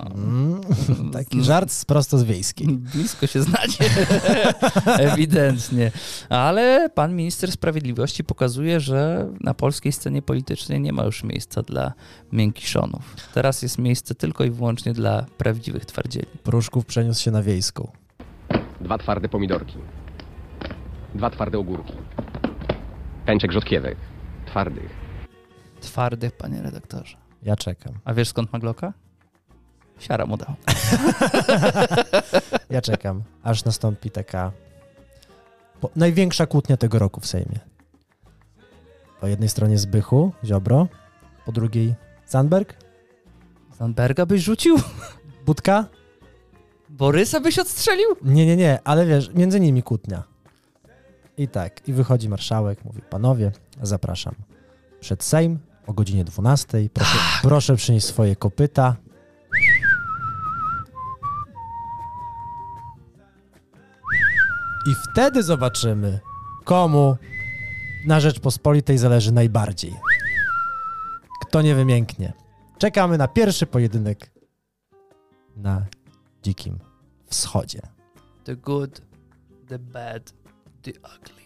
Taki żart prosto z wiejskiej. Blisko się znacie. Ewidentnie. Ale pan minister sprawiedliwości pokazuje, że na polskiej scenie politycznej nie ma już miejsca dla miękiszonów. Teraz jest miejsce tylko i wyłącznie dla prawdziwych twardzieli. Pruszków przeniósł się na wiejską. 2 twarde pomidorki. 2 twarde ogórki. Pęczek rzodkiewek. Twardych, panie redaktorze. Ja czekam. A wiesz, skąd ma Glocka? Siara mu dał. Ja czekam, aż nastąpi taka największa kłótnia tego roku w Sejmie. Po jednej stronie Zbychu, Ziobro, po drugiej Zandberg. Zandberga byś rzucił? Budka? Borysa byś odstrzelił? Nie, ale wiesz, między nimi kłótnia. I tak, i wychodzi marszałek, mówi, panowie, zapraszam przed Sejm o godzinie 12. Proszę przynieść swoje kopyta. I wtedy zobaczymy, komu na Rzeczpospolitej zależy najbardziej. Kto nie wymięknie. Czekamy na pierwszy pojedynek na Dzikim Wschodzie. The good, the bad, the ugly.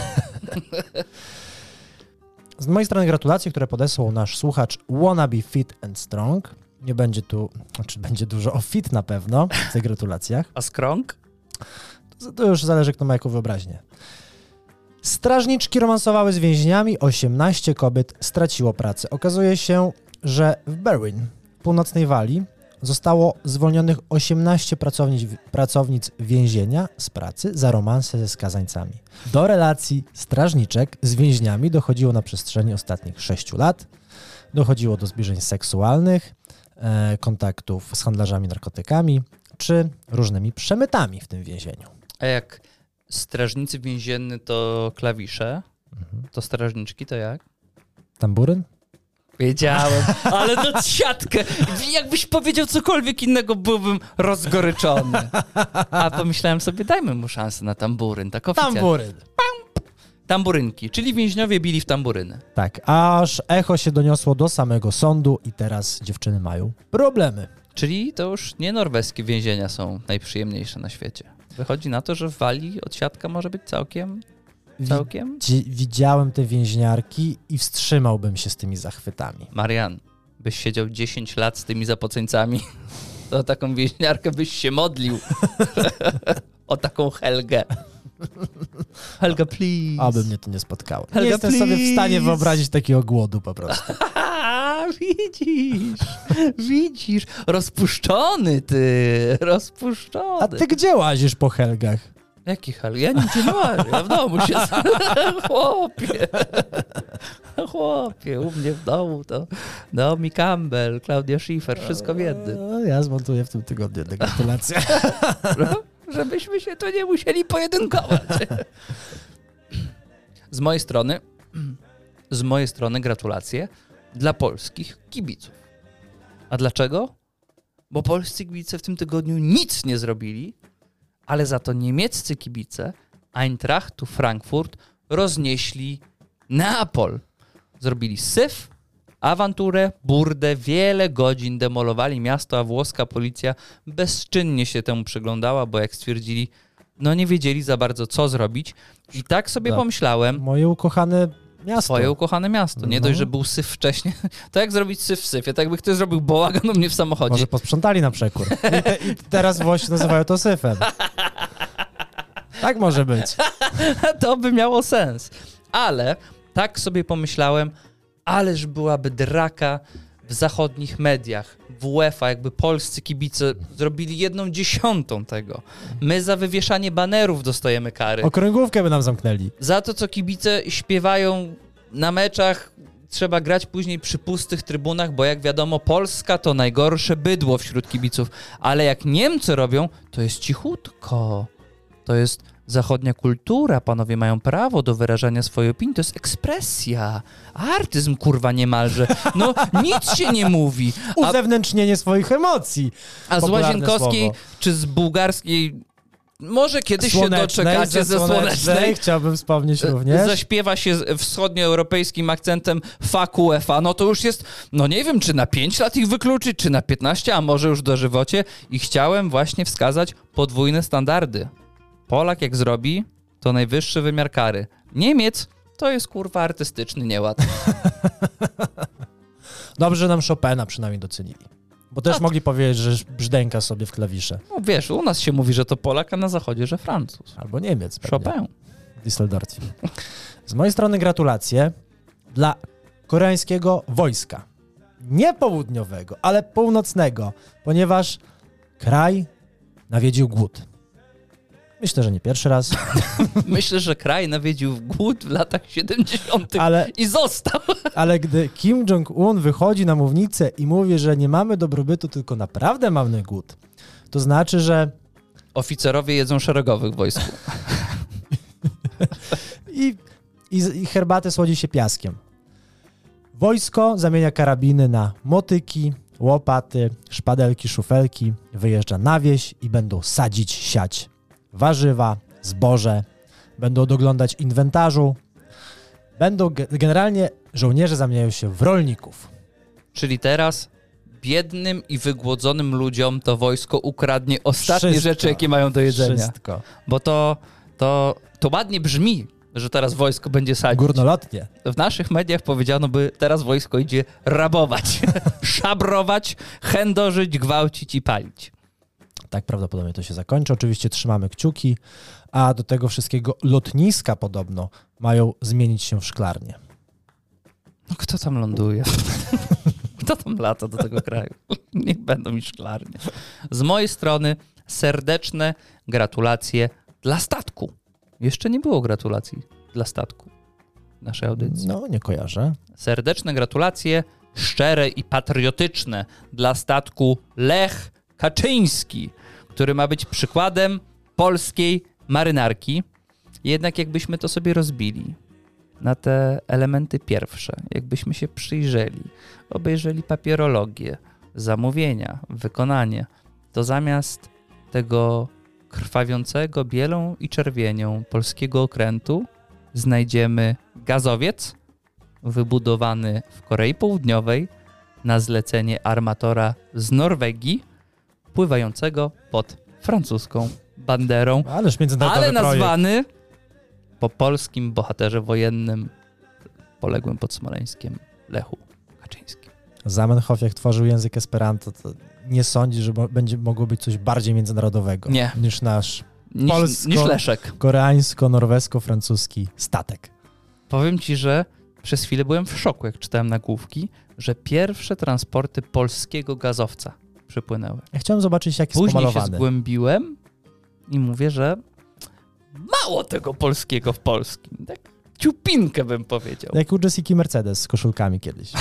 Z mojej strony gratulacje, które podesłał nasz słuchacz Wannabe Fit and Strong. Nie będzie tu, będzie dużo o fit na pewno w tych gratulacjach. A skrąg? To już zależy, kto ma jaką wyobraźnię. Strażniczki romansowały z więźniami, 18 kobiet straciło pracę. Okazuje się, że w Berwyn, północnej Walii, zostało zwolnionych 18 pracownic więzienia z pracy za romanse ze skazańcami. Do relacji strażniczek z więźniami dochodziło na przestrzeni ostatnich 6 lat. Dochodziło do zbliżeń seksualnych, kontaktów z handlarzami narkotykami czy różnymi przemytami w tym więzieniu. A jak strażnicy więzienni to klawisze, to strażniczki to jak? Tamburyn? Wiedziałem, ale to siatkę. Jakbyś powiedział cokolwiek innego, byłbym rozgoryczony. A pomyślałem sobie, dajmy mu szansę na tamburyn. Tak oficjalnie. Tamburyn. Tamburynki, czyli więźniowie bili w tamburyny. Tak, aż echo się doniosło do samego sądu i teraz dziewczyny mają problemy. Czyli to już nie norweskie więzienia są najprzyjemniejsze na świecie. Wychodzi na to, że w Walii odsiadka może być całkiem... Widziałem te więźniarki i wstrzymałbym się z tymi zachwytami. Marian, byś siedział 10 lat z tymi zapoceńcami, to o taką więźniarkę byś się modlił. O taką Helgę. Helga, please. Aby mnie to nie spotkało. Helga, nie jestem sobie w stanie wyobrazić takiego głodu po prostu. Widzisz, rozpuszczony ty, rozpuszczony. A ty gdzie łazisz po Helgach? Jaki Helga? Ja nigdzie nie łażę, ja w domu się... Chłopie, u mnie w domu to Naomi Campbell, Claudia Schiffer, wszystko w jednym. Ja zmontuję w tym tygodniu te gratulacje. Żebyśmy się tu nie musieli pojedynkować. Z mojej strony gratulacje dla polskich kibiców. A dlaczego? Bo polscy kibice w tym tygodniu nic nie zrobili, ale za to niemieccy kibice Eintrachtu Frankfurt roznieśli Neapol. Zrobili syf, awanturę, burdę, wiele godzin demolowali miasto, a włoska policja bezczynnie się temu przyglądała, bo jak stwierdzili, no nie wiedzieli za bardzo co zrobić. I tak sobie pomyślałem... Moje ukochane miasto. Twoje ukochane miasto. Nie dość, że był syf wcześniej. To jak zrobić syf w syfie? Tak jakby ktoś zrobił bałagan u mnie w samochodzie. Może posprzątali na przekór. I teraz Włosi nazywają to syfem. Tak może być. To by miało sens. Ale tak sobie pomyślałem, ależ byłaby draka w zachodnich mediach, w UEFA, jakby polscy kibice zrobili 1/10 tego. My za wywieszanie banerów dostajemy kary. Okręgówkę by nam zamknęli. Za to, co kibice śpiewają na meczach, trzeba grać później przy pustych trybunach, bo jak wiadomo, Polska to najgorsze bydło wśród kibiców. Ale jak Niemcy robią, to jest cichutko. To jest zachodnia kultura, panowie mają prawo do wyrażania swojej opinii, to jest ekspresja, artyzm, kurwa, niemalże. No, nic się nie mówi. Uzewnętrznienie swoich emocji. A z Popularne Łazienkowskiej słowo. czy z bułgarskiej, może kiedyś się doczekacie ze Słonecznej. Chciałbym wspomnieć również. Zaśpiewa się wschodnioeuropejskim akcentem fuck UEFA, no to już jest, no nie wiem, czy na 5 lat ich wykluczyć, czy na 15, a może już dożywocie. I chciałem właśnie wskazać podwójne standardy. Polak jak zrobi, to najwyższy wymiar kary. Niemiec to jest kurwa artystyczny nieład. Dobrze, że nam Chopina przynajmniej docenili. Bo też mogli powiedzieć, że brzdęka sobie w klawisze. No wiesz, u nas się mówi, że to Polak, a na zachodzie, że Francuz. Albo Niemiec. Pewnie. Chopin. Düsseldorf. Z mojej strony gratulacje dla koreańskiego wojska. Nie południowego, ale północnego, ponieważ kraj nawiedził głód. Myślę, że nie pierwszy raz. Myślę, że kraj nawiedził głód w latach 70. i został. Ale gdy Kim Jong-un wychodzi na mównicę i mówi, że nie mamy dobrobytu, tylko naprawdę mamy głód, to znaczy, że... Oficerowie jedzą szeregowych w wojsku. I herbatę słodzi się piaskiem. Wojsko zamienia karabiny na motyki, łopaty, szpadelki, szufelki, wyjeżdża na wieś i będą sadzić, siać warzywa, zboże, będą doglądać inwentarzu, generalnie żołnierze zamieniają się w rolników. Czyli teraz biednym i wygłodzonym ludziom to wojsko ukradnie ostatnie Wszystko. rzeczy, jakie mają do jedzenia. Wszystko. Bo to ładnie brzmi, że teraz wojsko będzie sadzić. Górnolotnie. W naszych mediach powiedziano by, teraz wojsko idzie rabować, szabrować, chędożyć, gwałcić i palić. Tak prawdopodobnie to się zakończy. Oczywiście trzymamy kciuki, a do tego wszystkiego lotniska podobno mają zmienić się w szklarnię. No kto tam ląduje? Kto tam lata do tego kraju? Niech będą mi szklarnie. Z mojej strony serdeczne gratulacje dla statku. Jeszcze nie było gratulacji dla statku w naszej audycji. No, nie kojarzę. Serdeczne gratulacje, szczere i patriotyczne dla statku Lech Kaczyński, który ma być przykładem polskiej marynarki. Jednak jakbyśmy to sobie rozbili na te elementy pierwsze, jakbyśmy się przyjrzeli, obejrzeli papierologię, zamówienia, wykonanie, to zamiast tego krwawiącego bielą i czerwienią polskiego okrętu znajdziemy gazowiec wybudowany w Korei Południowej na zlecenie armatora z Norwegii, pływającego pod francuską banderą, ale nazwany po polskim bohaterze wojennym poległym pod Smoleńskiem Lechu Kaczyńskim. Zamenhof, jak tworzył język esperanto, to nie sądzi, że będzie mogło być coś bardziej międzynarodowego niż nasz niż Leszek. Koreańsko-norwesko-francuski statek. Powiem ci, że przez chwilę byłem w szoku, jak czytałem nagłówki, że pierwsze transporty polskiego gazowca przypłynęły. Ja chciałem zobaczyć, jak jest Później pomalowany. się zgłębiłem i mówię, że mało tego polskiego w polskim. Tak ciupinkę bym powiedział. Jak u Jessiki Mercedes z koszulkami kiedyś.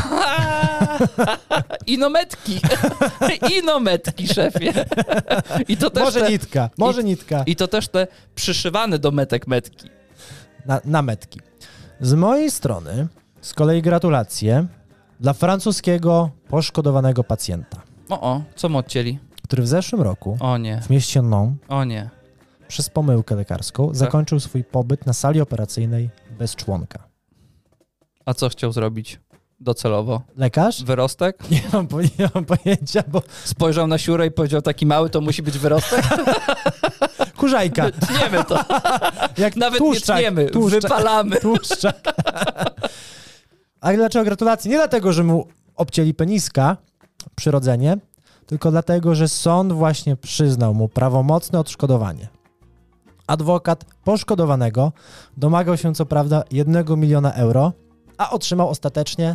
Inometki. Inometki, szefie. I to też może nitka. I to też te przyszywane do metek metki. Na metki. Z mojej strony z kolei gratulacje dla francuskiego poszkodowanego pacjenta, Co mu odcięli? który w zeszłym roku O nie, w mieście Nyon o nie. przez pomyłkę lekarską zakończył swój pobyt na sali operacyjnej bez członka. A co chciał zrobić docelowo? Lekarz? Wyrostek? Nie mam pojęcia, bo... Spojrzał na siurę i powiedział, taki mały to musi być wyrostek? Kurzajka. Tniemy to. Jak Nawet tłuszczak, nie tniemy, wypalamy. Tłuszczak. A dlaczego gratulacje? Nie dlatego, że mu obcięli peniska przyrodzenie, tylko dlatego, że sąd właśnie przyznał mu prawomocne odszkodowanie. Adwokat poszkodowanego domagał się co prawda 1 miliona euro, a otrzymał ostatecznie...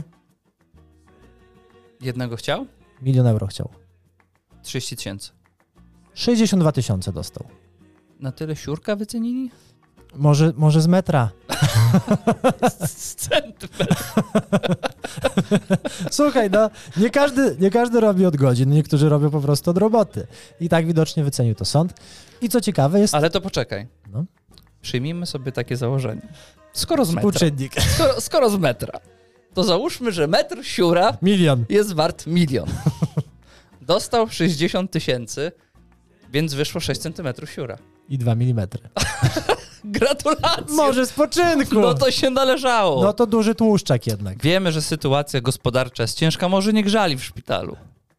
Jednego chciał? 1 milion euro chciał. 30 000. 62 000 dostał. Na tyle siurka wycenili? Może z metra. Z centymetr. Słuchaj, no, nie każdy robi od godzin, niektórzy robią po prostu od roboty. I tak widocznie wycenił to sąd. I co ciekawe jest... Ale to poczekaj. No. Przyjmijmy sobie takie założenie. Skoro z metra. Współczynnik. Skoro z metra. To załóżmy, że metr siura 1 milion. jest wart 1 milion. Dostał 60 000, więc wyszło 6 centymetrów siura. I 2 milimetry. Gratulacje! Może spoczynku! No to się należało. No to duży tłuszczak jednak. Wiemy, że sytuacja gospodarcza jest ciężka, może nie grzali w szpitalu.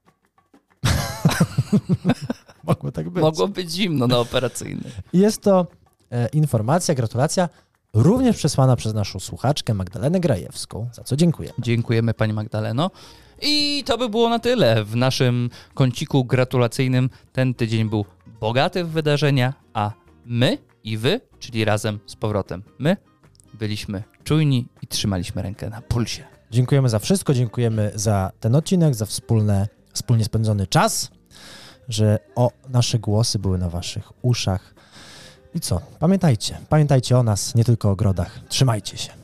Mogło tak być. Mogło być zimno na operacyjnym. Jest to informacja, gratulacja, również przesłana przez naszą słuchaczkę Magdalenę Grajewską, za co dziękuję. Dziękujemy pani Magdaleno. I to by było na tyle w naszym kąciku gratulacyjnym. Ten tydzień był bogaty w wydarzenia, a my i wy, czyli razem z powrotem my, byliśmy czujni i trzymaliśmy rękę na pulsie. Dziękujemy za wszystko, dziękujemy za ten odcinek, za wspólnie spędzony czas, że nasze głosy były na waszych uszach. I co? Pamiętajcie o nas, nie tylko o ogrodach. Trzymajcie się.